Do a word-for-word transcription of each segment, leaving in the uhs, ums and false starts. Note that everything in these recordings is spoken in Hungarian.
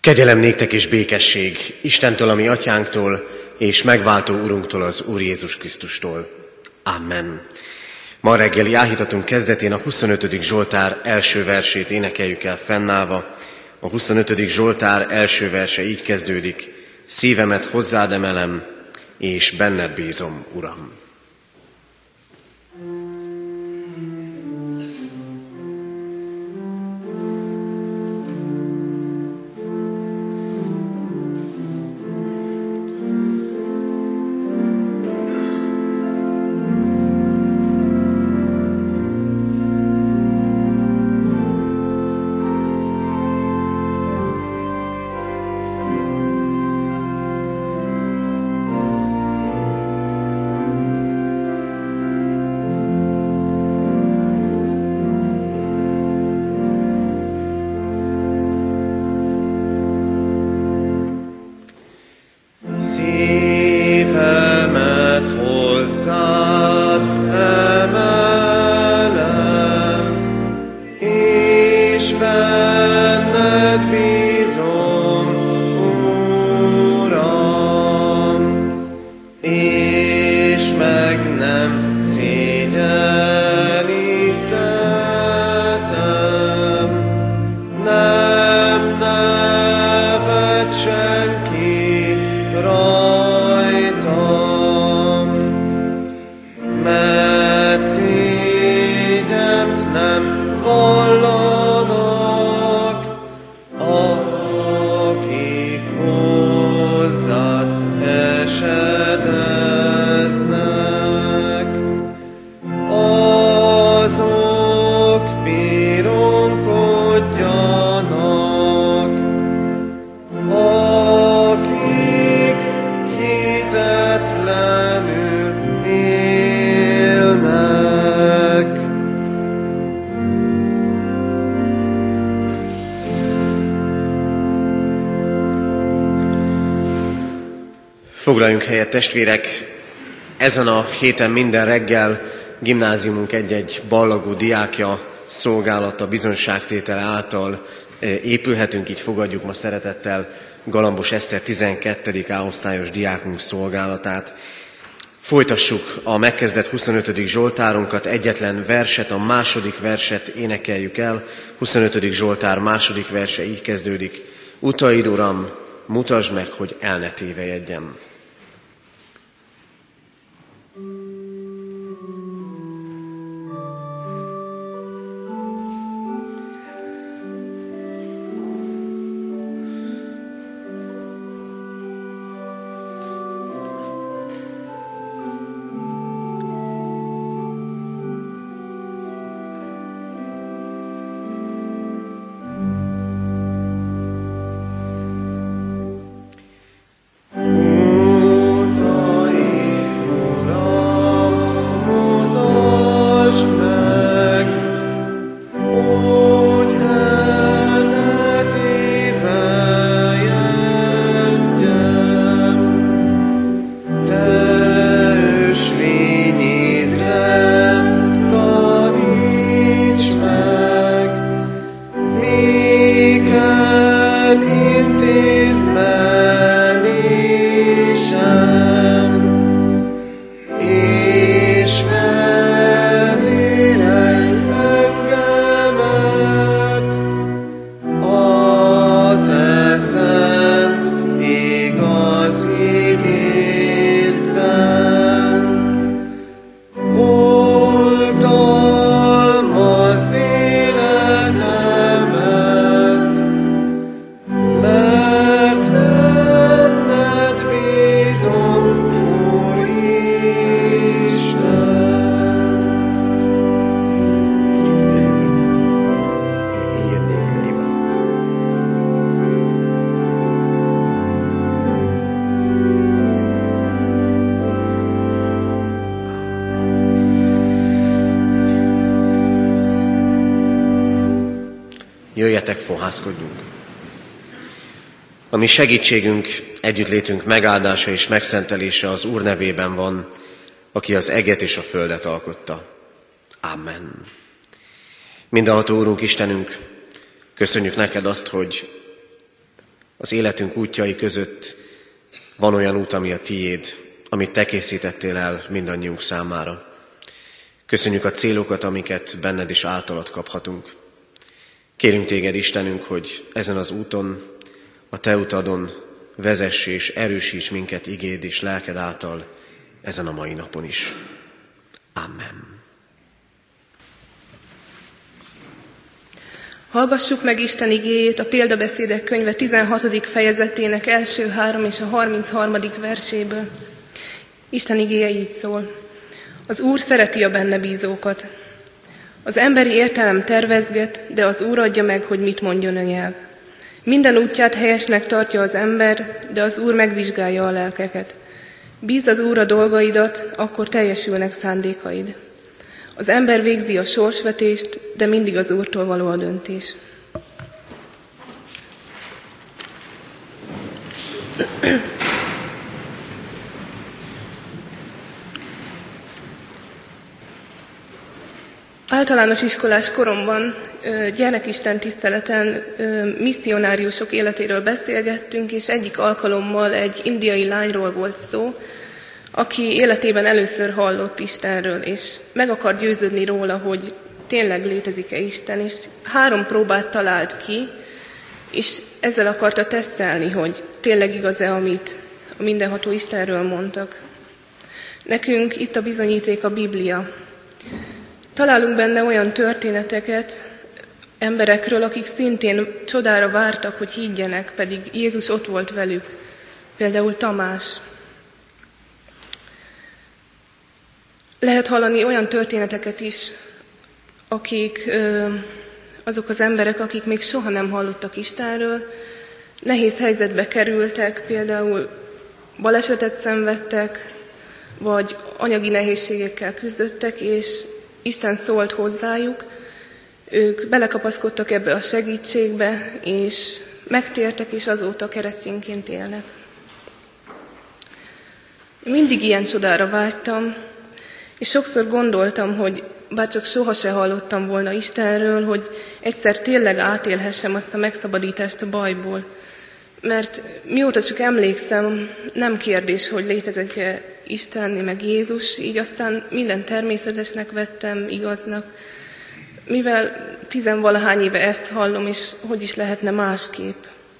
Kegyelem néktek és békesség Istentől, a mi atyánktól, és megváltó Urunktól, az Úr Jézus Krisztustól. Amen. Ma reggeli áhítatunk kezdetén a huszonötödik Zsoltár első versét énekeljük el fennállva. A huszonötödik Zsoltár első verse így kezdődik: szívemet hozzád emelem, és benned bízom, Uram. Foglaljunk helyet, testvérek! Ezen a héten minden reggel gimnáziumunk egy-egy ballagó diákja szolgálata, bizonyságtétele által épülhetünk, így fogadjuk ma szeretettel Galambos Eszter tizenkettedik A-osztályos diákunk szolgálatát. Folytassuk a megkezdett huszonötödik Zsoltárunkat, egyetlen verset, a második verset énekeljük el. huszonötödik Zsoltár második verse így kezdődik: utaid, Uram, mutasd meg, hogy el ne tévejedjem. Jöjjetek, fohászkodjunk! A mi segítségünk, együttlétünk megáldása és megszentelése az Úr nevében van, aki az eget és a földet alkotta. Amen. Mindenható Úrunk, Istenünk, köszönjük neked azt, hogy az életünk útjai között van olyan út, ami a tiéd, amit te készítettél el mindannyiunk számára. Köszönjük a célokat, amiket benned is általad kaphatunk. Kérünk téged, Istenünk, hogy ezen az úton, a te utadon vezess és erősíts minket igéd és lelked által ezen a mai napon is. Amen. Hallgassuk meg Isten igéjét a Példabeszédek könyve tizenhatodik fejezetének első három és a harmincharmadik verséből. Isten igéje így szól. Az Úr szereti a benne bízókat. Az emberi értelem tervezget, de az Úr adja meg, hogy mit mondjon a nyelv. Minden útját helyesnek tartja az ember, de az Úr megvizsgálja a lelkeket. Bízd az Úrra dolgaidat, akkor teljesülnek szándékaid. Az ember végzi a sorsvetést, de mindig az Úrtól való a döntés. Általános iskolás koromban gyermekisten tiszteleten misszionáriusok életéről beszélgettünk, és egyik alkalommal egy indiai lányról volt szó, aki életében először hallott Istenről, és meg akar győződni róla, hogy tényleg létezik-e Isten, és három próbát talált ki, és ezzel akarta tesztelni, hogy tényleg igaz-e, amit a mindenható Istenről mondtak. Nekünk itt a bizonyíték a Biblia. Találunk benne olyan történeteket emberekről, akik szintén csodára vártak, hogy higgyenek, pedig Jézus ott volt velük. Például Tamás. Lehet hallani olyan történeteket is, akik azok az emberek, akik még soha nem hallottak Istenről, nehéz helyzetbe kerültek, például balesetet szenvedtek, vagy anyagi nehézségekkel küzdöttek, és Isten szólt hozzájuk, ők belekapaszkodtak ebbe a segítségbe, és megtértek, és azóta keresztényként élnek. Mindig ilyen csodára vágytam, és sokszor gondoltam, hogy bár csak soha se hallottam volna Istenről, hogy egyszer tényleg átélhessem azt a megszabadítást a bajból. Mert mióta csak emlékszem, nem kérdés, hogy létezik-e Isten, meg Jézus, így aztán minden természetesnek vettem, igaznak. Mivel tizenvalahány éve ezt hallom, és hogy is lehetne másképp.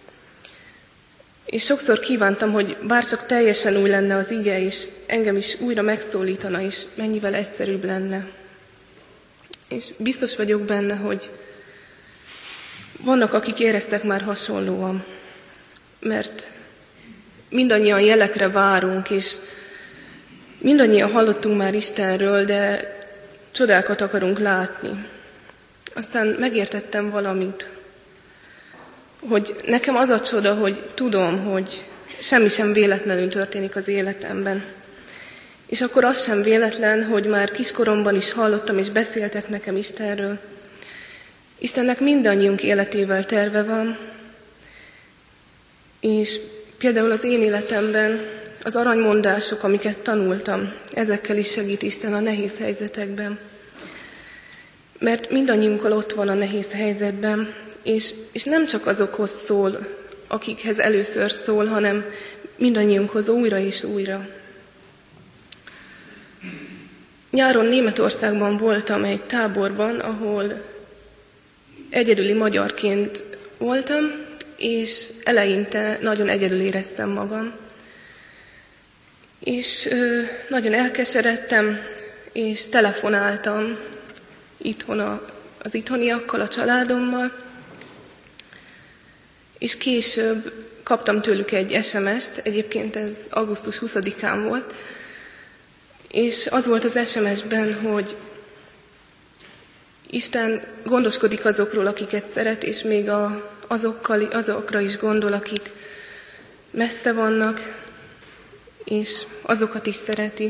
És sokszor kívántam, hogy bárcsak teljesen új lenne az ige, és engem is újra megszólítana, és mennyivel egyszerűbb lenne. És biztos vagyok benne, hogy vannak, akik éreztek már hasonlóan, mert mindannyian jelekre várunk, és mindannyian hallottunk már Istenről, de csodákat akarunk látni. Aztán megértettem valamit, hogy nekem az a csoda, hogy tudom, hogy semmi sem véletlenül történik az életemben. És akkor az sem véletlen, hogy már kiskoromban is hallottam, és beszéltek nekem Istenről. Istennek mindannyiunk életével terve van, és például az én életemben az aranymondások, amiket tanultam, ezekkel is segít Isten a nehéz helyzetekben. Mert mindannyiunkkal ott van a nehéz helyzetben, és, és nem csak azokhoz szól, akikhez először szól, hanem mindannyiunkhoz újra és újra. Nyáron Németországban voltam egy táborban, ahol egyedüli magyarként voltam, és eleinte nagyon egyedül éreztem magam. És ö, nagyon elkeseredtem, és telefonáltam itthon a, az itthoniakkal, a családommal, és később kaptam tőlük egy es em est, egyébként ez augusztus huszadikán volt, és az volt az es em esben, hogy Isten gondoskodik azokról, akiket szeret, és még a, azokkal, azokra is gondol, akik messze vannak, és azokat is szereti.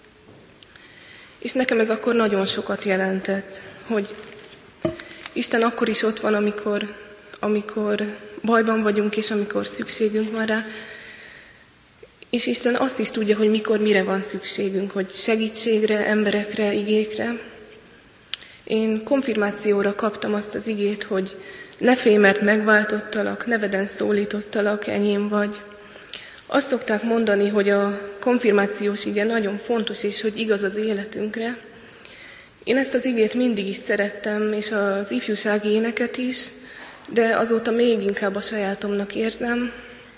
És nekem ez akkor nagyon sokat jelentett, hogy Isten akkor is ott van, amikor, amikor bajban vagyunk, és amikor szükségünk van rá. És Isten azt is tudja, hogy mikor, mire van szükségünk, hogy segítségre, emberekre, igékre. Én konfirmációra kaptam azt az igét, hogy Ne félj, mert megváltottalak, neveden szólítottalak, enyém vagy. Azt szokták mondani, hogy a konfirmációs ige nagyon fontos, és hogy igaz az életünkre. Én ezt az igét mindig is szerettem, és az ifjúsági éneket is, de azóta még inkább a sajátomnak érzem.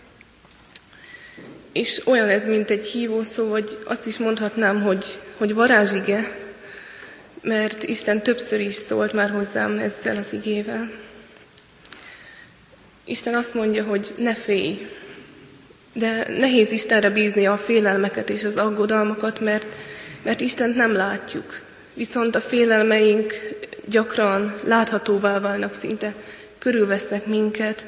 És olyan ez, mint egy hívószó, vagy azt is mondhatnám, hogy, hogy varázsige, mert Isten többször is szólt már hozzám ezzel az igével. Isten azt mondja, hogy ne félj, de nehéz Istenre bízni a félelmeket és az aggodalmakat, mert, mert Istent nem látjuk. Viszont a félelmeink gyakran láthatóvá válnak, szinte körülvesznek minket.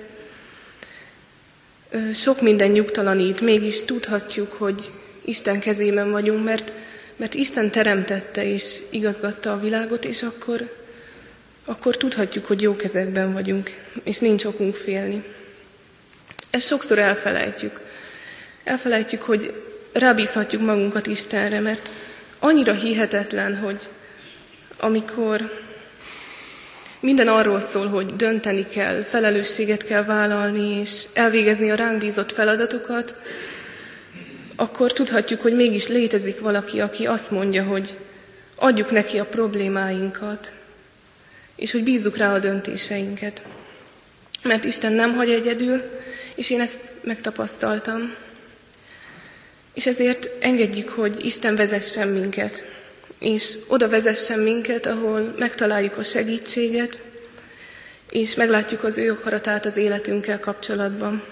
Sok minden nyugtalanít, mégis tudhatjuk, hogy Isten kezében vagyunk, mert, mert Isten teremtette és igazgatta a világot, és akkor, akkor tudhatjuk, hogy jó kezekben vagyunk, és nincs okunk félni. Ezt sokszor elfelejtjük. Elfelejtjük, hogy rábízhatjuk magunkat Istenre, mert annyira hihetetlen, hogy amikor minden arról szól, hogy dönteni kell, felelősséget kell vállalni, és elvégezni a ránk bízott feladatokat, akkor tudhatjuk, hogy mégis létezik valaki, aki azt mondja, hogy adjuk neki a problémáinkat, és hogy bízzuk rá a döntéseinket. Mert Isten nem hagy egyedül, és én ezt megtapasztaltam. És ezért engedjük, hogy Isten vezessen minket, és oda vezessen minket, ahol megtaláljuk a segítséget, és meglátjuk az ő akaratát az életünkkel kapcsolatban.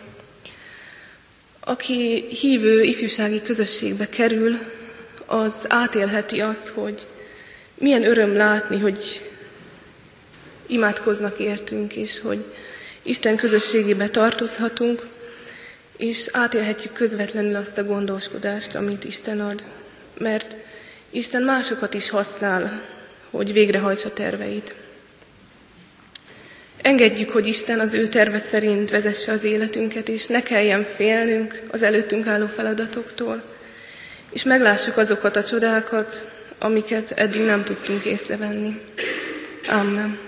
Aki hívő ifjúsági közösségbe kerül, az átélheti azt, hogy milyen öröm látni, hogy imádkoznak értünk, és hogy Isten közösségébe tartozhatunk, és átélhetjük közvetlenül azt a gondoskodást, amit Isten ad. Mert Isten másokat is használ, hogy végrehajtsa terveit. Engedjük, hogy Isten az ő terve szerint vezesse az életünket, és ne kelljen félnünk az előttünk álló feladatoktól, és meglássuk azokat a csodákat, amiket eddig nem tudtunk észrevenni. Amen.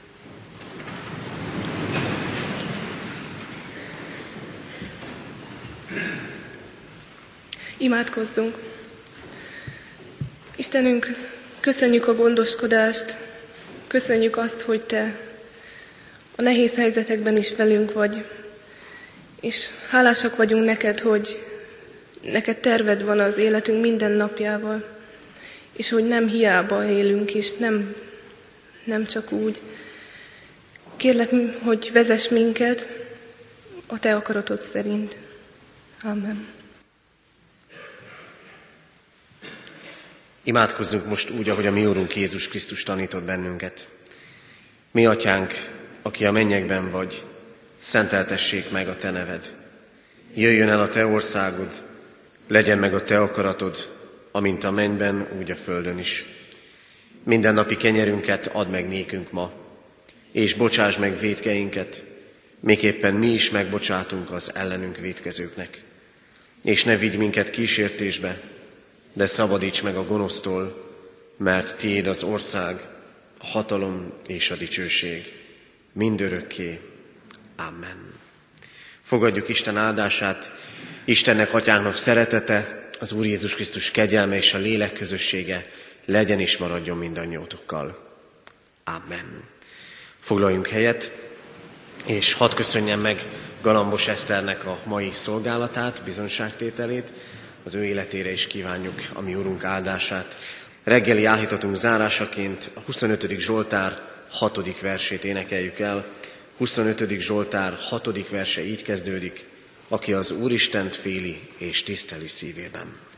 Imádkozzunk! Istenünk, köszönjük a gondoskodást, köszönjük azt, hogy Te a nehéz helyzetekben is velünk vagy, és hálásak vagyunk neked, hogy neked terved van az életünk minden napjával, és hogy nem hiába élünk, és nem, nem csak úgy. Kérlek, hogy vezess minket a Te akaratod szerint. Amen. Imádkozzunk most úgy, ahogy a mi Úrunk Jézus Krisztus tanított bennünket. Mi Atyánk, aki a mennyekben vagy, szenteltessék meg a Te neved. Jöjjön el a Te országod, legyen meg a Te akaratod, amint a mennyben, úgy a földön is. Mindennapi kenyerünket add meg nékünk ma, és bocsásd meg vétkeinket, miképpen mi is megbocsátunk az ellenünk vétkezőknek. És ne vigy minket kísértésbe, de szabadíts meg a gonosztól, mert Tiéd az ország, a hatalom és a dicsőség mindörökké. Amen. Fogadjuk Isten áldását, Istennek, Atyánknak szeretete, az Úr Jézus Krisztus kegyelme és a lélek közössége legyen és maradjon mindannyiótokkal. Amen. Foglaljunk helyet, és hadd köszönjem meg Galambos Eszternek a mai szolgálatát, bizonságtételét. Az ő életére is kívánjuk a mi Urunk áldását. Reggeli áhítatunk zárásaként a huszonötödik Zsoltár hatodik versét énekeljük el. huszonötödik Zsoltár hatodik verse így kezdődik: aki az Úristent féli és tiszteli szívében.